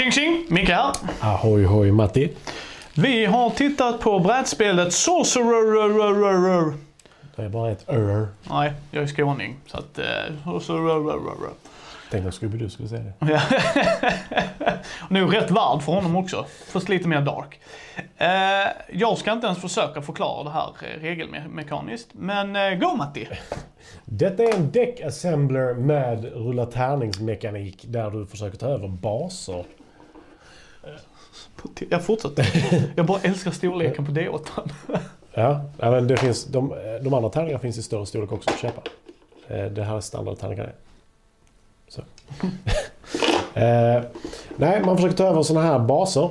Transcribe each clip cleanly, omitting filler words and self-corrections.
Tjing tjing, Micke här. Ahoy hoj Matti. Vi har tittat på brädspelet Sorcerer. Det är bara ett Nej, jag är skåning. Så att... Tänk att Scooby-Doo skulle säga det. Ja. Nu är rätt värd för honom också. Först lite mer dark. Jag ska inte ens försöka förklara det här regelmekaniskt. Men gå Matti. Detta är en deckassembler med rulla tärningsmekanik där du försöker ta över baser. Jag fortsätter. Jag bara älskar storleken på D8. Ja, men det finns, de andra tärningarna finns i större storlek också att köpa. Det här är standardtärningar. Så. Nej, man försöker ta över såna här baser.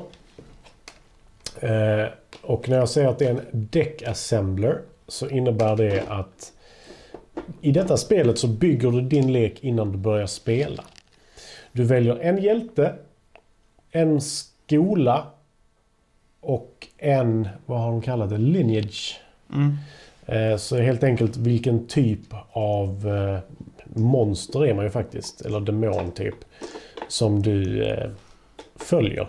Och när jag säger att det är en deckassembler så innebär det att i detta spelet så bygger du din lek innan du börjar spela. Du väljer en hjälte, en skola och en, vad har de kallat det, lineage. Så helt enkelt vilken typ av monster är man ju faktiskt, eller demon typ, som du följer.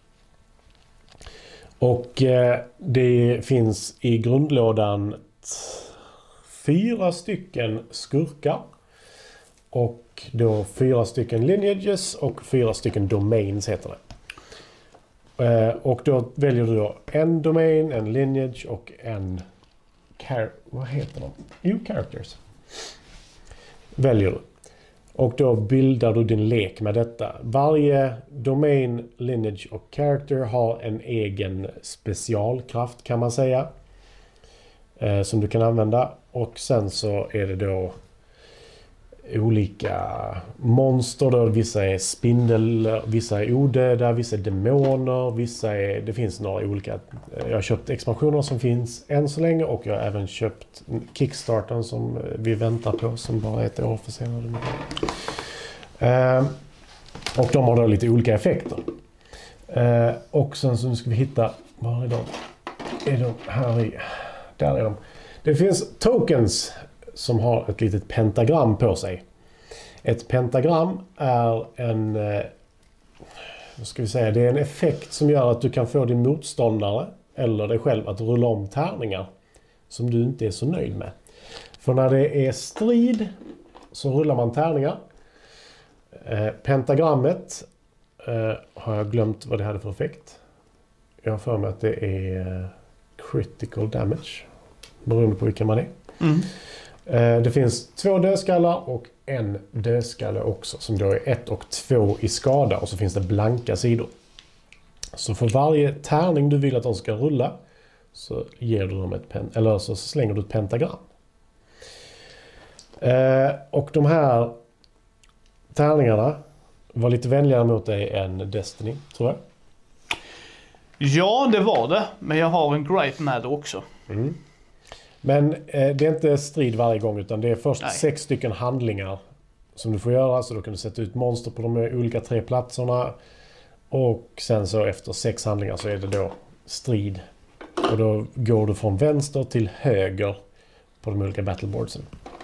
Och det finns i grundlådan 4 stycken skurkar och då 4 stycken lineages och 4 stycken domains heter det. Och då väljer du då en domain, en lineage och en vad heter de? Characters. Väljer du. Och då bildar du din lek med detta. Varje domain, lineage och character har en egen specialkraft kan man säga. Som du kan använda. Och sen så är det då olika monster. Då. Vissa är spindel, vissa är odöda, vissa är demoner, det finns några olika. Jag har köpt expansioner som finns än så länge och jag har även köpt Kickstarten som vi väntar på som bara är ett år försenade. Och de har då lite olika effekter. Och sen så ska vi hitta, var är de? Är de här i? Där är de. Det finns tokens som har ett litet pentagram på sig. Ett pentagram är en, vad ska vi säga, det är en effekt som gör att du kan få din motståndare eller dig själv att rulla om tärningar som du inte är så nöjd med. För när det är strid så rullar man tärningar. Pentagrammet har jag glömt vad det hade för effekt. Jag har för mig att det är critical damage beroende på vilka man är. Det finns 2 dödskallar och en dödskalle också som då är 1 och 2 i skada och så finns det blanka sidor. Så för varje tärning du vill att de ska rulla så ger du dem eller så slänger du ett pentagram. Och de här tärningarna var lite vänligare mot dig än Destiny, tror jag. Ja, det var det. Men jag har en gripe med det också. Men det är inte strid varje gång utan det är först 6 stycken handlingar som du får göra. Så då kan du sätta ut monster på de olika 3 platserna. Och sen så efter 6 handlingar så är det då strid. Och då går du från vänster till höger på de olika battleboardsen.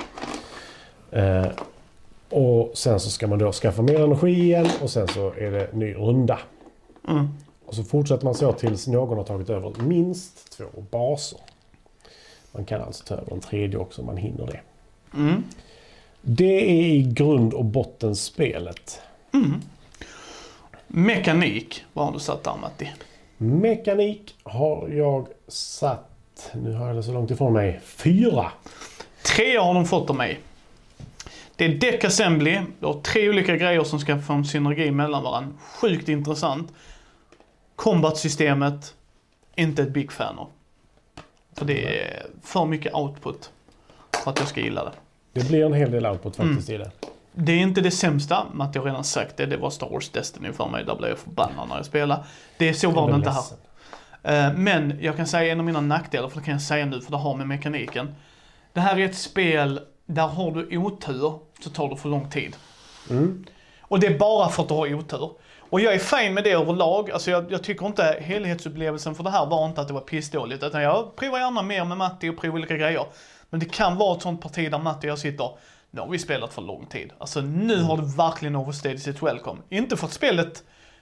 Och sen så ska man då skaffa mer energi igen och sen så är det ny runda. Och så fortsätter man så tills någon har tagit över minst 2 baser. Man kan alltså ta över en tredje också om man hinner det. Det är i grund och botten spelet. Mekanik, vad har du satt där Matti? Mekanik har jag satt, nu har jag det så långt ifrån mig, 4. 3 har de fått av mig. Det är deck assembly, du har 3 olika grejer som ska få en synergi mellan varandra. Sjukt intressant. Combat-systemet, inte ett big fan av. För det är för mycket output för att jag ska gilla det. Det blir en hel del output faktiskt i det. Det är inte det sämsta, Matt, jag har redan sagt det. Det var Star Wars Destiny för mig. Där blev jag förbannad när jag spelade. Det är så var det inte här. Men jag kan säga en av mina nackdelar, för det kan jag säga nu för det har med mekaniken. Det här är ett spel där har du otur så tar det för lång tid. Och det är bara för att du har otur. Och jag är fin med det överlag. Alltså jag tycker inte helhetsupplevelsen för det här var inte att det var pissdåligt. Utan jag provar gärna mer med Matti och provar olika grejer. Men det kan vara ett sånt parti där Matti och jag sitter. Nu har vi spelat för lång tid. Alltså nu har det verkligen overstayed sitt welcome. Inte för att spelet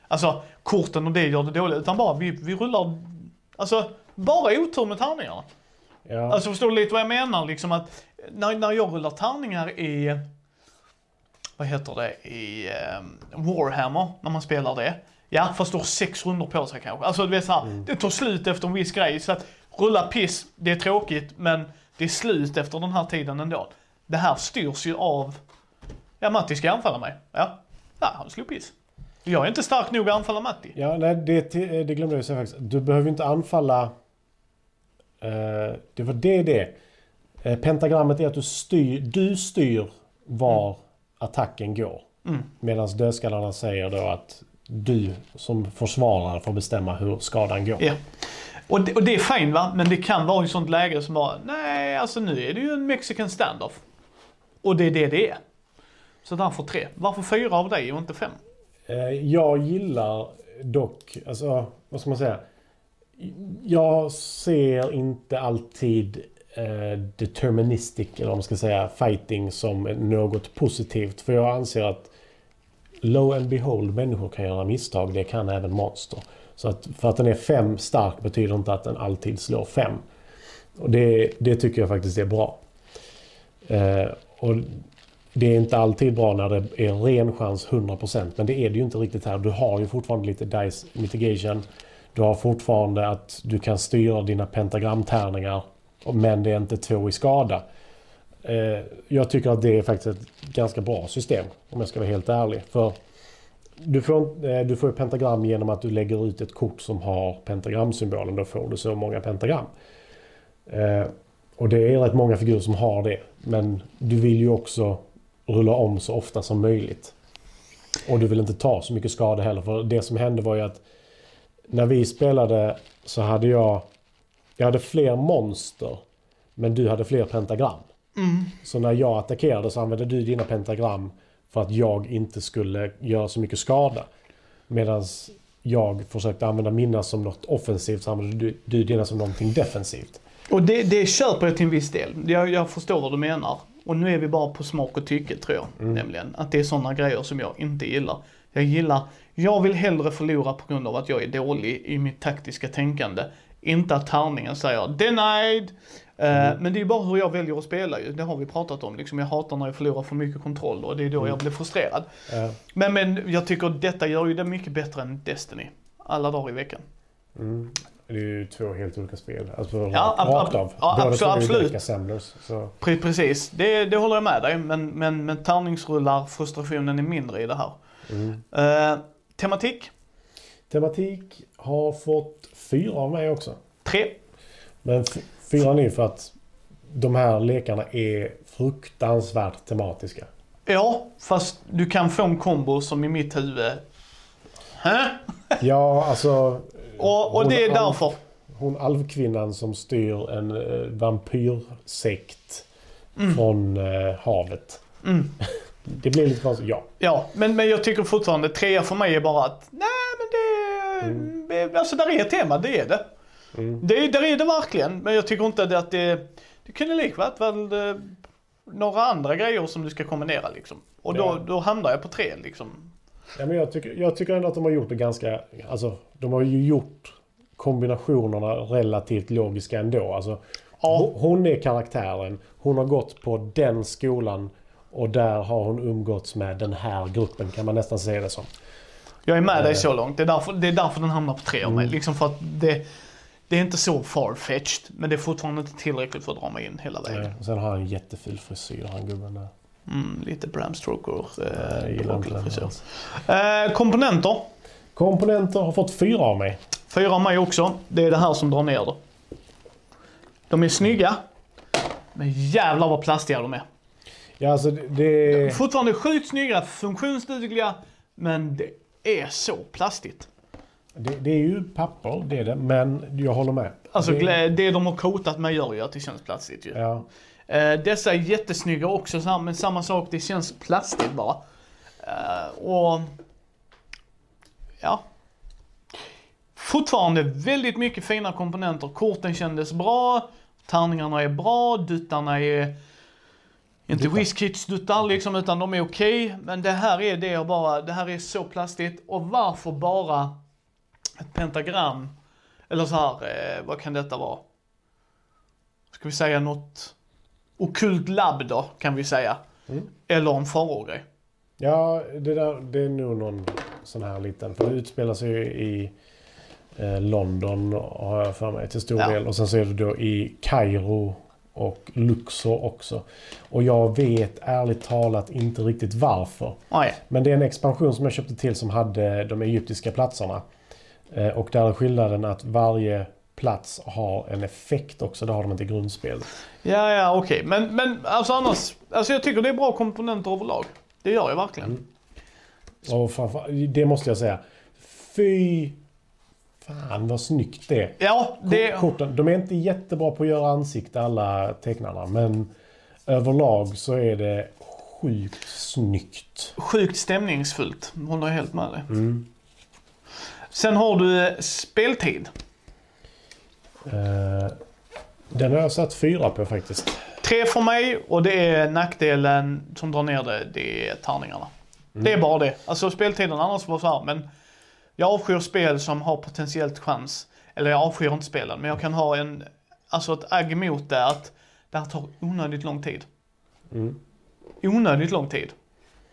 alltså korten och det gör det dåligt, utan bara vi rullar, alltså bara otur med tärningarna. Ja. Alltså förstår du lite vad jag menar liksom, att när jag rullar tärningar i, vad heter det, i Warhammer, när man spelar det. Ja, fast du har 6 rundor på sig kanske. Alltså du vet såhär, det tar slut efter en viss grej. Så att rulla piss, det är tråkigt, men det är slut efter den här tiden ändå. Det här styrs ju av, ja, Matti ska anfalla mig. Ja, han slog piss. Jag är inte stark nog att anfalla Matti. Ja, nej, det glömde jag säga faktiskt. Du behöver inte anfalla, det var det. Pentagrammet är att du styr var attacken går. Medan dödskallarna säger då att du som försvarare får bestämma hur skadan går. Ja. Och det är fint va, men det kan vara i sånt läge som bara, nej alltså nu är det ju en Mexican standoff. Och det är det är. Så därför 3. Varför 4 av dig och inte 5? Jag gillar dock, alltså vad ska man säga? Jag ser inte alltid deterministic, eller vad man ska säga, fighting som något positivt. För jag anser att low and behold, människor kan göra misstag, det kan även monster. Så att för att den är 5 stark betyder inte att den alltid slår 5. Och det tycker jag faktiskt är bra. Och det är inte alltid bra när det är ren chans 100%, men det är det ju inte riktigt här. Du har ju fortfarande lite dice mitigation. Du har fortfarande att du kan styra dina pentagramtärningar, men det är inte 2 i skada. Jag tycker att det är faktiskt ett ganska bra system, om jag ska vara helt ärlig. För du får pentagram genom att du lägger ut ett kort som har pentagramsymbolen. Då får du så många pentagram. Och det är rätt många figurer som har det. Men du vill ju också rulla om så ofta som möjligt. Och du vill inte ta så mycket skada heller. För det som hände var ju att när vi spelade så hade jag hade fler monster, men du hade fler pentagram. Så när jag attackerade så använde du dina pentagram för att jag inte skulle göra så mycket skada. Medan jag försökte använda mina som något offensivt, så använde du dina som någonting defensivt. Och det köper jag till en viss del. Jag förstår vad du menar. Och nu är vi bara på smak och tycke, tror jag. Nämligen att det är sådana grejer som jag inte gillar. Jag vill hellre förlora på grund av att jag är dålig i mitt taktiska tänkande. Inte att tärningen säger denied. Men det är ju bara hur jag väljer att spela ju. Det har vi pratat om. Liksom, jag hatar när jag förlorar för mycket kontroll och det är då jag blir frustrerad. Men jag tycker detta gör ju det mycket bättre än Destiny. Alla dagar i veckan. Det är ju 2 helt olika spel. Alltså rakt av. Absolut. Så. Precis, det håller jag med dig. Men tärningsrullar, frustrationen är mindre i det här. Tematik? Tematik har fått 4 av mig också. 3. Men 4 är för att de här lekarna är fruktansvärt tematiska. Ja, fast du kan få en kombo som i mitt huvud. Ja, alltså. Och det är därför. Hon alvkvinnan som styr en vampyrsekt från havet. Det blir lite konstigt, ja. Ja, men jag tycker fortfarande 3 för mig är bara att nej, men det alltså där är ett tema, det är det. Där är det verkligen, men jag tycker inte att det kunde likvärt väl några andra grejer som du ska kombinera liksom. Och då hamnar jag på 3 liksom. Ja, men jag tycker ändå att de har gjort det ganska, alltså de har ju gjort kombinationerna relativt logiska ändå. Alltså, hon är karaktären, hon har gått på den skolan och där har hon umgåtts med den här gruppen, kan man nästan säga det som. Jag är med dig så långt, det är därför den hamnar på 3 av mig. Liksom för att det är inte så far-fetched, men det är fortfarande inte tillräckligt för att dra mig in hela vägen. Och sen har han en jätteful frisyr, han gubben där. Lite Bram Stoker frisyr. Komponenter? Komponenter har fått 4 av mig. 4 av mig också. Det är det här som drar ner det. De är snygga, men jävlar vad plastiga de är. Ja, alltså det... Fortfarande sjukt snygga, funktionsdugliga, men det är så plastigt. Det är ju papper, det är det, men jag håller med. Alltså det de har coatat med gör ju att det känns plastigt ju. Ja. Dessa är jättesnygga också, men samma sak, det känns plastigt bara. Och ja. Fortfarande väldigt mycket fina komponenter. Korten kändes bra, tärningarna är bra, duttarna är Inte whisky-stuttar liksom, utan de är okej. Men det här är det bara, det här är så plastigt. Och varför bara ett pentagram? Eller så här, vad kan detta vara? Ska vi säga något ockult labb då, kan vi säga. Eller en farorgrej. Ja, det är nog någon sån här liten. För det utspelar sig ju i London, har jag för mig, till stor del. Och sen så är det då i Kairo och Luxor också. Och jag vet ärligt talat inte riktigt varför. Men det är en expansion som jag köpte till som hade de egyptiska platserna. Och där är skillnaden att varje plats har en effekt också. Det har de inte i grundspelet. Ja, okej. Men alltså annars, alltså jag tycker det är bra komponenter överlag. Det gör jag verkligen. Och det måste jag säga. Fy fan vad snyggt det är. Ja, Korten, de är inte jättebra på att göra ansikte alla tecknarna, men överlag så är det sjukt snyggt. Sjukt stämningsfullt. Håller jag helt med dig. Sen har du speltid. Den har jag satt 4 på faktiskt. 3 för mig, och det är nackdelen som drar ner det är tärningarna. Det är bara det. Alltså speltiden annars var så här, men jag avskyr spel som har potentiellt chans. Eller jag avskyr inte spelen, men jag kan ha ett agg mot det att det här tar onödigt lång tid. Onödigt lång tid.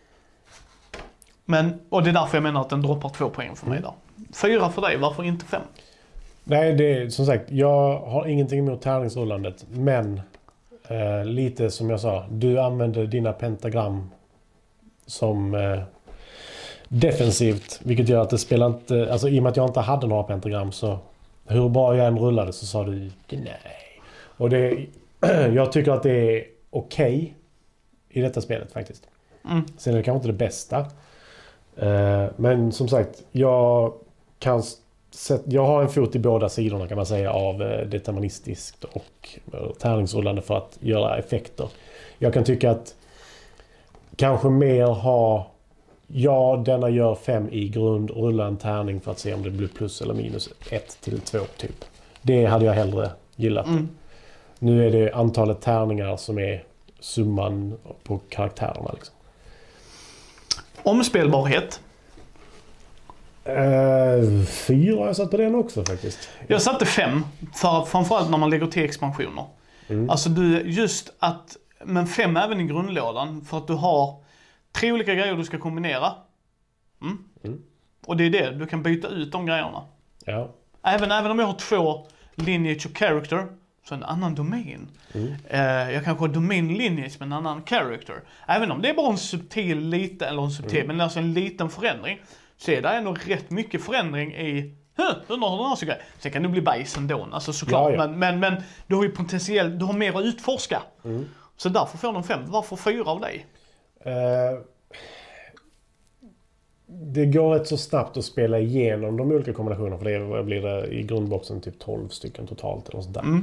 Och det är därför jag menar att den droppar 2 poäng för mig där. 4 för dig, varför inte 5? Nej, det är som sagt, jag har ingenting emot tärningsrullandet, men lite som jag sa, du använder dina pentagram som defensivt, vilket gör att det spelar inte, alltså i och med att jag inte hade några pentagram, så hur bra jag än rullade så sa du nej. Och jag tycker att det är okej i detta spelet faktiskt. Sen är det kanske inte det bästa. Men som sagt, jag har en fot i båda sidorna kan man säga av deterministiskt och tärningsrullande för att göra effekter. Jag kan tycka att kanske mer denna gör 5 i grund, rulla en tärning för att se om det blir plus eller minus 1 till 2 typ. Det hade jag hellre gillat. Nu är det antalet tärningar som är summan på karaktärerna liksom. Omspelbarhet. 4 har jag satt på den också faktiskt. Jag satte 5, framförallt när man lägger till expansioner. Alltså men 5 även i grundlådan, för att du har 3 olika grejer du ska kombinera. Och det är det, du kan byta ut de grejerna. Ja. Även om jag har 2 lineage och character, så en annan domän. Jag kanske har domain lineage med en annan character. Även om det är bara en subtil men alltså en liten förändring, så är det ändå rätt mycket förändring i undrar hur den här så grej. Sen kan det bli bajs ändå, alltså såklart. Ja. Men du har ju potentiellt, du har mer att utforska. Så därför får de 5. Varför 4 av dig? Det går rätt så snabbt att spela igenom de olika kombinationerna, för det blir det i grundboxen typ 12 stycken totalt eller sånt där.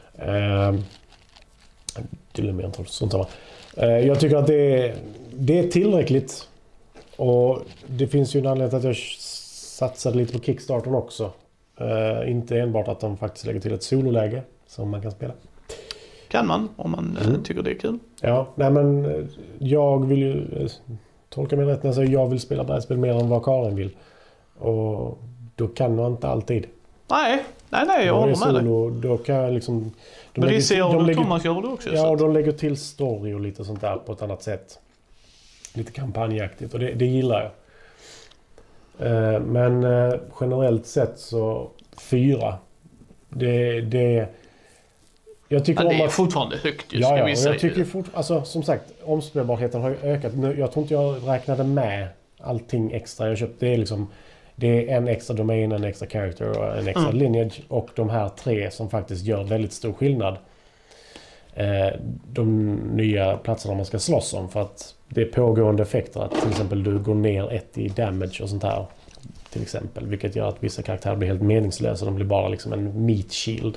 Till och med 12 sånt där. Jag tycker att det är tillräckligt, och det finns ju en anledning att jag satsade lite på Kickstarter också. Inte enbart att de faktiskt lägger till ett sololäge som man kan spela. Kan man, om man tycker det är kul. Ja, nej men jag vill ju tolka mig rätt när jag säger jag vill spela brädspel mer än vad Karin vill. Och då kan man inte alltid. Nej, jag håller med dig. Då kan jag liksom... Thomas gör det också. Ja, och de lägger till story och lite sånt där på ett annat sätt. Lite kampanjaktigt, och det gillar jag. Men generellt sett så 4. Jag tycker det är fortfarande högt just ja, jag tycker alltså som sagt, omspelbarheten har ju ökat. Jag tror inte jag räknade med allting extra jag köpte. Det är en extra domain, en extra character och en extra lineage, och de här 3 som faktiskt gör väldigt stor skillnad. De nya platserna man ska slåss om, för att det är pågående effekter, att till exempel du går ner 1 i damage och sånt här till exempel, vilket gör att vissa karaktärer blir helt meningslösa. De blir bara liksom en meat shield.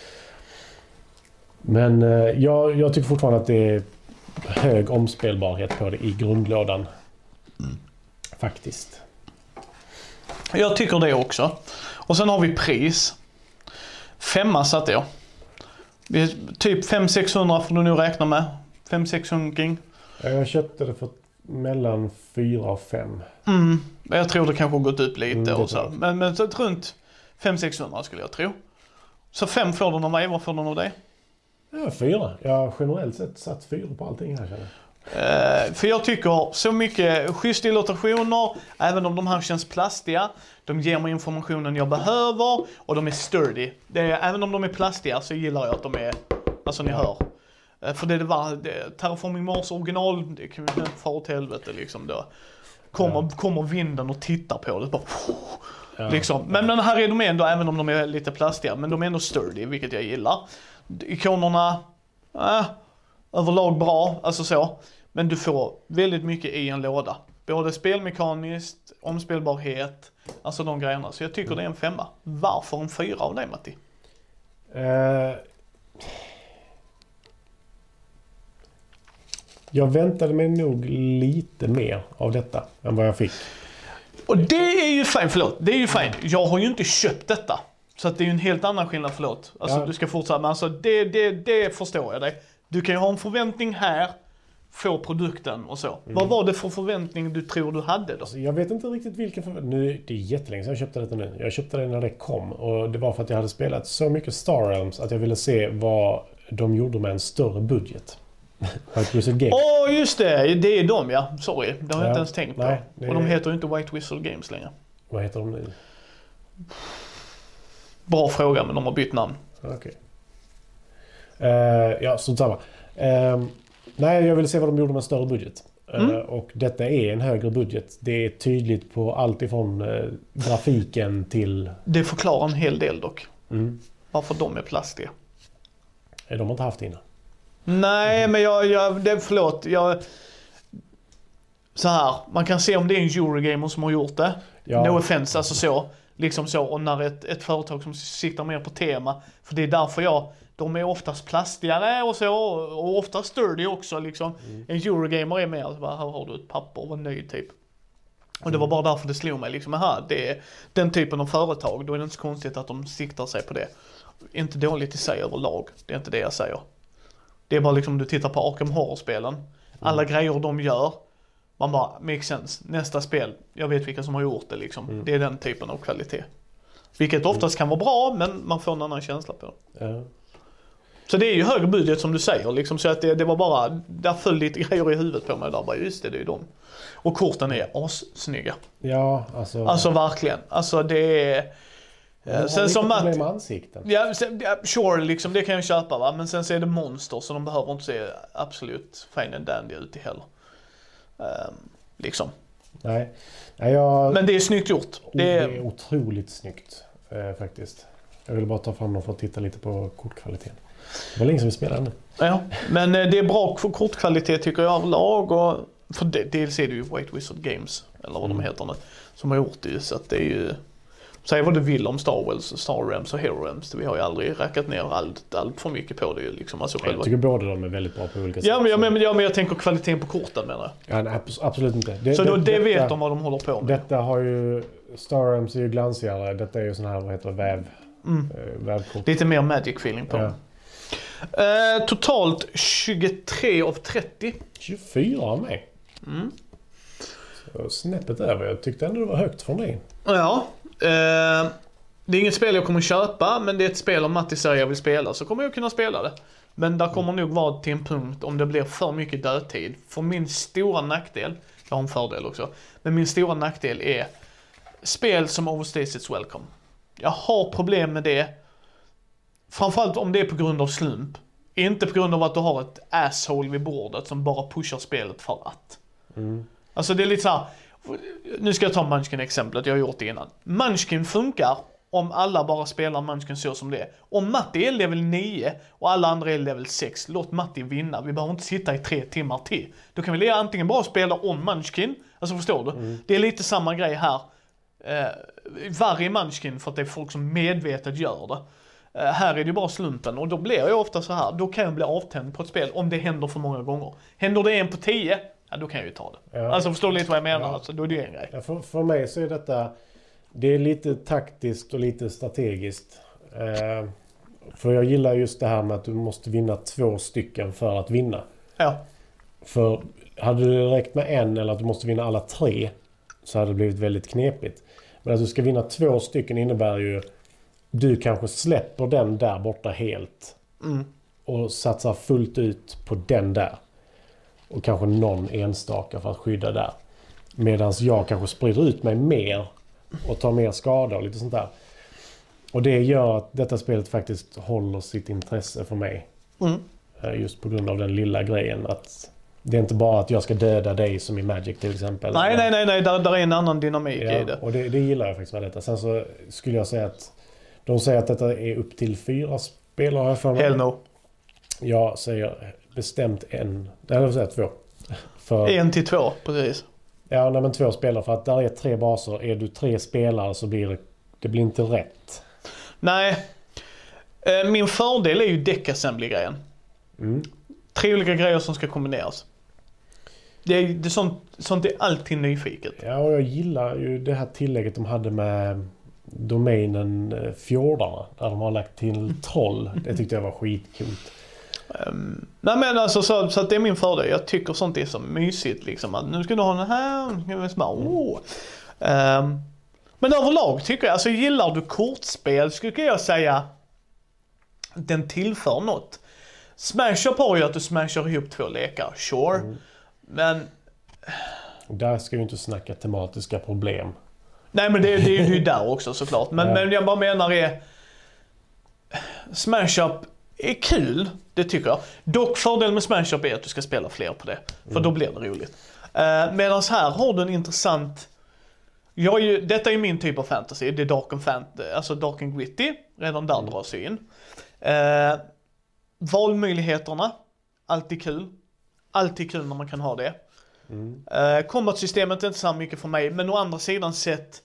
Men jag tycker fortfarande att det är hög omspelbarhet på det i grundlådan. Faktiskt. Jag tycker det också. Och sen har vi pris. 5 satte jag. Typ 500-600 får du nu räkna med. 500-600 kring. Jag köpte det för mellan 4 och 5. Jag tror det kanske har gått upp lite och så. Men så runt 500-600 skulle jag tro. Så 5 får du av mig, vad får du av dig? Ja, 4. Jag har generellt sett satt 4 på allting här känner jag. För jag tycker så mycket schysst illustrationer, även om de här känns plastiga. De ger mig informationen jag behöver och de är sturdy. Även om de är plastiga så gillar jag att de är, alltså ni hör. För det var Terraforming Mars original, det kan ju fara åt helvete liksom då. Kommer vinden och tittar på det bara, liksom. Men här är de ändå, även om de är lite plastiga, men de är ändå sturdy, vilket jag gillar. Ikonerna, överlag bra, alltså så. Men du får väldigt mycket i en låda. Både spelmekaniskt, omspelbarhet, alltså de grejerna. Så jag tycker det är en 5. Varför en 4 av dig, Matti? Jag väntade mig nog lite mer av detta än vad jag fick. Och det är ju fint, förlåt. Det är ju fint. Jag har ju inte köpt detta. Så att det är ju en helt annan skillnad, förlåt. Alltså du ska fortsätta, men alltså det förstår jag dig. Du kan ju ha en förväntning här, få produkten och så. Vad var det för förväntning du tror du hade då? Alltså, jag vet inte riktigt vilken förväntning. Nu, det är jättelänge sedan jag köpte detta nu. Jag köpte det när det kom och det var för att jag hade spelat så mycket Star Realms att jag ville se vad de gjorde med en större budget. White Wizard Games. Just det. Det är de, ja. Sorry, det har jag inte ens tänkt på. Nej, och de heter ju inte White Wizard Games längre. Vad heter de nu? Bra fråga, men de har bytt namn. Okej. Ja, som samma. Nej, jag ville se vad de gjorde med en större budget. Och detta är en högre budget. Det är tydligt på allt ifrån grafiken till... Det förklarar en hel del dock. Varför de är plastiga. De har inte haft innan. Nej, men så här, man kan se om det är en Eurogamer som har gjort det. No offense, alltså så. Liksom så, och när ett företag som siktar mer på tema, för det är därför de är oftast plastigare och så, och ofta sturdy också liksom. En Eurogamer är mer, alltså bara, här har du ett papper och var nöjd typ. Och det var bara därför det slog mig liksom, det är den typen av företag, då är det inte så konstigt att de siktar sig på det. Inte dåligt i sig överlag, det är inte det jag säger. Det är bara liksom, du tittar på Arkham Horror-spelen, alla grejer de gör, man bara, makes sense. Nästa spel, jag vet vilka som har gjort det liksom. Det är den typen av kvalitet. Vilket oftast kan vara bra, men man får en annan känsla på det. Så det är ju högre budget som du säger liksom, så att det var bara, där föll lite grejer i huvudet på mig där, bara just det är ju de. Och korten är assnygga. Ja, alltså verkligen. Alltså det är... Sen som problem med ansikten. Ja, sure, liksom, det kan jag köpa va. Men sen så är det monster, så de behöver inte se absolut fine and dandy ut i heller. Liksom. Nej, men det är snyggt gjort. Det är otroligt snyggt faktiskt. Jag vill bara ta fram dem för att titta lite på kortkvaliteten. Det var länge som vi spelade nu. Ja, men det är bra kortkvalitet tycker jag överlag. Och för dels är det ju White Wizard Games, eller vad de heter nu, som har gjort det. Så att det är ju... Säg vad du vill om Star Realms och Hero Realms. Vi har ju aldrig räckat ner allt för mycket på det ju liksom. Alltså jag tycker båda de är väldigt bra på olika sätt. Ja, men jag tänker kvaliteten på korten menar jag. Ja, absolut inte. Så det vet de vad de håller på med. Detta har ju... Star Realms är ju glansigare. Detta är ju sån här, vad heter det, vävkort. Lite mer magic feeling på dem. Totalt 23 av 30. 24 av mig. Så snäppet över. Jag tyckte ändå det var högt från dig. Ja. Det är inget spel jag kommer köpa, men det är ett spel om Matti säger jag vill spela, så kommer jag kunna spela det. Men där kommer nog vara till en punkt om det blir för mycket dödtid. För min stora nackdel, jag har en fördel också, men min stora nackdel är spel som overstays its welcome. Jag har problem med det. Framförallt om det är på grund av slump. Inte på grund av att du har ett asshole vid bordet som bara pushar spelet för att. Alltså det är lite så här. Nu ska jag ta Munchkin-exemplet, jag har gjort det innan. Munchkin funkar om alla bara spelar Munchkin så som det är. Om Matti är level 9 och alla andra är level 6, låt Matti vinna. Vi behöver inte sitta i 3 timmar till. Då kan vi antingen bara spela om Munchkin, alltså förstår du? Det är lite samma grej här. Varje Munchkin för att det är folk som medvetet gör det. Här är det ju bara slumpen och då blir jag ofta så här. Då kan jag bli avtänd på ett spel om det händer för många gånger. Händer det 1 på 10, ja då kan jag ju ta det. Ja. Alltså förstår lite vad jag menar, alltså, då är det en grej. Ja, för mig så är detta, det är lite taktiskt och lite strategiskt. För jag gillar just det här med att du måste vinna 2 stycken för att vinna. Ja. För hade du räckt med en eller att du måste vinna alla 3 så hade det blivit väldigt knepigt. Men att du ska vinna 2 stycken innebär ju du kanske släpper den där borta helt och satsar fullt ut på den där. Och kanske någon enstaka för att skydda där. Medan jag kanske sprider ut mig mer och tar mer skada och lite sånt där. Och det gör att detta spelet faktiskt håller sitt intresse för mig. Just på grund av den lilla grejen att det är inte bara att jag ska döda dig som i Magic till exempel. Nej. Där är en annan dynamik i det. Och det gillar jag faktiskt med detta. Sen så skulle jag säga att de säger att detta är upp till 4 spelare har jag för mig. Hell no. Jag säger bestämt 1. Nej, jag vill säga 2. För 1 till 2, precis. Ja, men 2 spelare. För att där är 3 baser. Är du 3 spelare så blir det blir inte rätt. Nej. Min fördel är ju deck-assembly-grejen. 3 olika grejer som ska kombineras. Det är sånt är alltid nyfiket. Ja, och jag gillar ju det här tillägget de hade med domänen fjordarna. Där de har lagt till troll. Det tyckte jag var skitcoolt. Nej men alltså så att det är min fördel. Jag tycker sånt är så mysigt liksom. Att nu ska du ha den här. Men överlag tycker jag, alltså gillar du kortspel skulle jag säga den tillför något. Smash Up har ju att du smashar ihop 2 lekar, sure. Men där ska ju inte snacka tematiska problem. Nej men det är ju där också såklart. Men jag bara menar Smash Up är kul, det tycker jag. Dock fördel med Smash Up är att du ska spela fler på det. För då blir det roligt. Medan här har du en intressant... detta är min typ av fantasy. Det är dark and gritty. Redan där dras in. Valmöjligheterna. Alltid kul. Alltid kul när man kan ha det. Combat-systemet är inte så mycket för mig. Men å andra sidan sett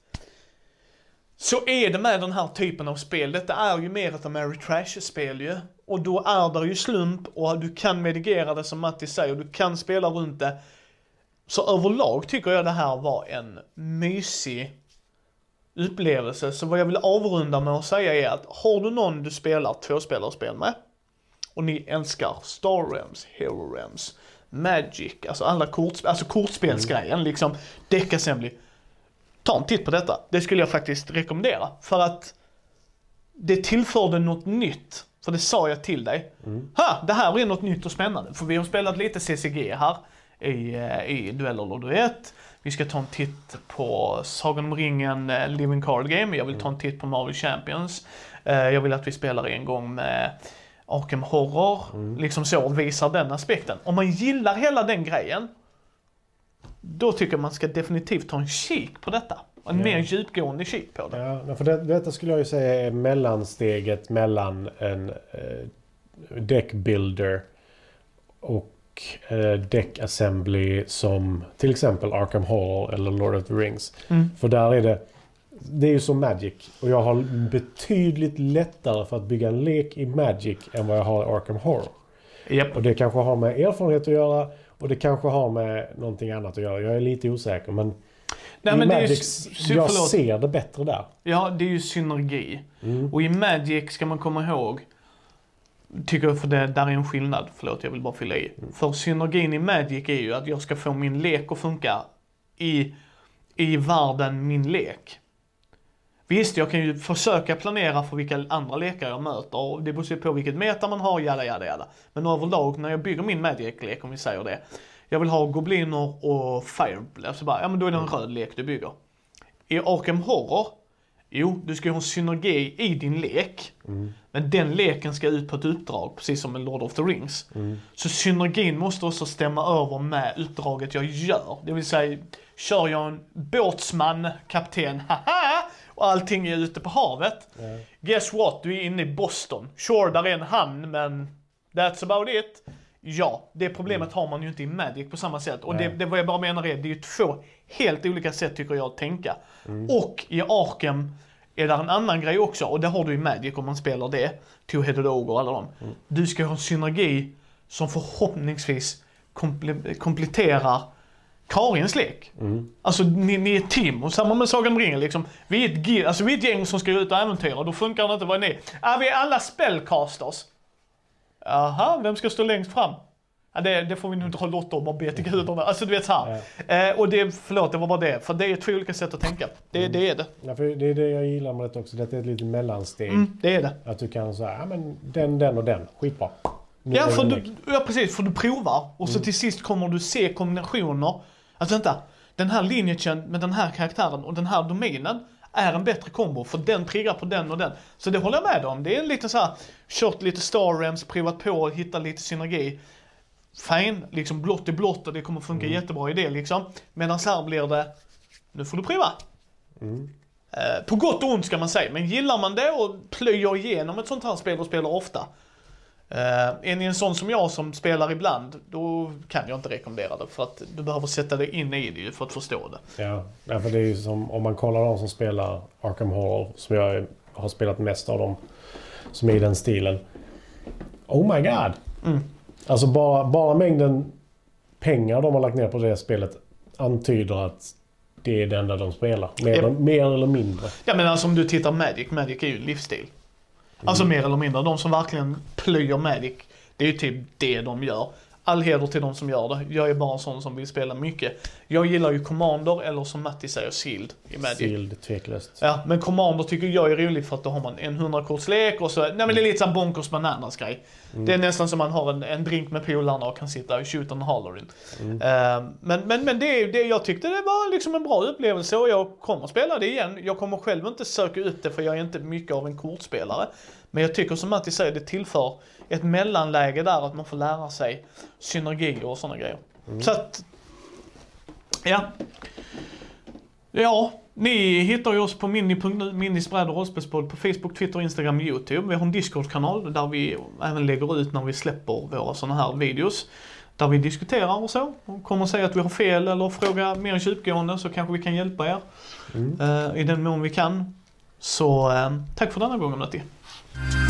så är det med den här typen av spel. Detta är ju mer ett Ameritrash-spel ju. Och då är det ju slump och du kan medigera det som Matti säger. Du kan spela runt det. Så överlag tycker jag det här var en mysig upplevelse. Så vad jag vill avrunda med att säga är att har du någon du spelar 2-spelarspel med och ni älskar Star Realms, Hero Realms, Magic, alltså alla kortspelsgrejen, liksom Deck Assembly. Ta en titt på detta. Det skulle jag faktiskt rekommendera. För att det tillförde något nytt. För det sa jag till dig. Det här är något nytt och spännande. För vi har spelat lite CCG här i Dueller Lord 1. Vi ska ta en titt på Sagan om ringen Living Card Game. Jag vill ta en titt på Marvel Champions. Jag vill att vi spelar en gång med Arkham Horror. Liksom så, visar den aspekten. Om man gillar hela den grejen, då tycker jag man ska definitivt ta en kik på detta. En mer djupgående kik på det. Ja, för detta skulle jag ju säga är mellansteget mellan en deck builder och deck assembly som till exempel Arkham Horror eller Lord of the Rings. För där är det är ju som Magic. Och jag har betydligt lättare för att bygga en lek i Magic än vad jag har i Arkham Horror. Yep. Och det kanske har med erfarenhet att göra och det kanske har med någonting annat att göra. Jag är lite osäker, men i Magic, jag ser det bättre där. Ja, det är ju synergi. Och i Magic ska man komma ihåg, tycker jag, för det där är en skillnad. Förlåt, jag vill bara fylla i. För synergin i Magic är ju att jag ska få min lek att funka i världen min lek. Visst, jag kan ju försöka planera för vilka andra lekar jag möter och det beror på vilket meta man har, jada. Men överlag när jag bygger min Magic-lek, om vi säger det, jag vill ha gobliner och Fireball, så bara, men då är det en röd lek du bygger. I Arkham Horror, du ska ju ha en synergi i din lek, men den leken ska ut på ett uppdrag, precis som med Lord of the Rings. Så synergin måste också stämma över med uppdraget jag gör. Det vill säga, kör jag en båtsman, kapten, och allting är ute på havet. Guess what? Du är inne i Boston. Sure, där är en hamn, men that's about it. Ja, det problemet har man ju inte i Magic på samma sätt. Och det vad jag bara menar är, det är ju 2 helt olika sätt tycker jag att tänka. Och i Arkham är där en annan grej också. Och det har du i Magic om man spelar det. Two-headed Ogre och alla dem. Du ska ha en synergi som förhoppningsvis kompletterar Karins lek. Alltså ni är ett team och samma med Sagan om ringen liksom. Vi är ett gäng som ska ut och äventyra och då funkar det inte vad ni är. Vi är alla spellcasters. Aha, vem ska stå längst fram? Ja, det får vi nog inte ha lott om och be till gudarna. Alltså du vet så här. Och det var bara det. För det är två olika sätt att tänka. Det är det. Ja, för det är det jag gillar med det också. Det är ett litet mellansteg. Det är det. Att du kan säga, ja men den och den. Skitbra. Precis. För du provar. Och så till sist kommer du se kombinationer. Alltså vänta. Den här linjen med den här karaktären och den här domänen är en bättre kombo. För den triggar på den och den. Så det håller jag med om. Det är lite så här. Kört lite Star Realms, provat på, hittat lite synergi. Fine, liksom blått är blått och det kommer funka jättebra i det liksom. Medan så här blir det, nu får du prova. På gott och ont ska man säga, men gillar man det och plöjer igenom ett sånt här spel och spelar ofta. Är ni en sån som jag som spelar ibland, då kan jag inte rekommendera det. För att du behöver sätta dig in i det för att förstå det. Ja, för det är ju som om man kollar de som spelar Arkham Horror, som jag har spelat mest av dem, som är i den stilen. Oh my god! Alltså bara mängden pengar de har lagt ner på det spelet antyder att det är det enda de spelar. Mer eller mindre. Ja men alltså om du tittar Magic är ju livsstil. Alltså mer eller mindre. De som verkligen plöjer Magic, det är ju typ det de gör. All heder till de som gör det. Jag är bara en sån som vill spela mycket. Jag gillar ju Commander eller som Matti säger Shield i Magic. Shield, tveklöst. Ja, men Commander tycker jag är rolig för att då har man en 100-kortslek och så. Nej men det är lite som bonkers bananas grej. Det är nästan som man har en drink med polarna och kan sitta och shoot and holler in. Men det jag tyckte det var liksom en bra upplevelse och jag kommer spela det igen. Jag kommer själv inte söka upp det för jag är inte mycket av en kortspelare. Men jag tycker som Matti säger, det tillför ett mellanläge där att man får lära sig synergi och sådana grejer. Så att, ja, ni hittar ju oss på Minis bräd och rollspelspodd på Facebook, Twitter, Instagram och YouTube. Vi har en Discord-kanal där vi även lägger ut när vi släpper våra sådana här videos. Där vi diskuterar och så. Och kommer säga att vi har fel eller fråga mer djupgående så kanske vi kan hjälpa er i den mån vi kan. Så tack för denna gången, Matti.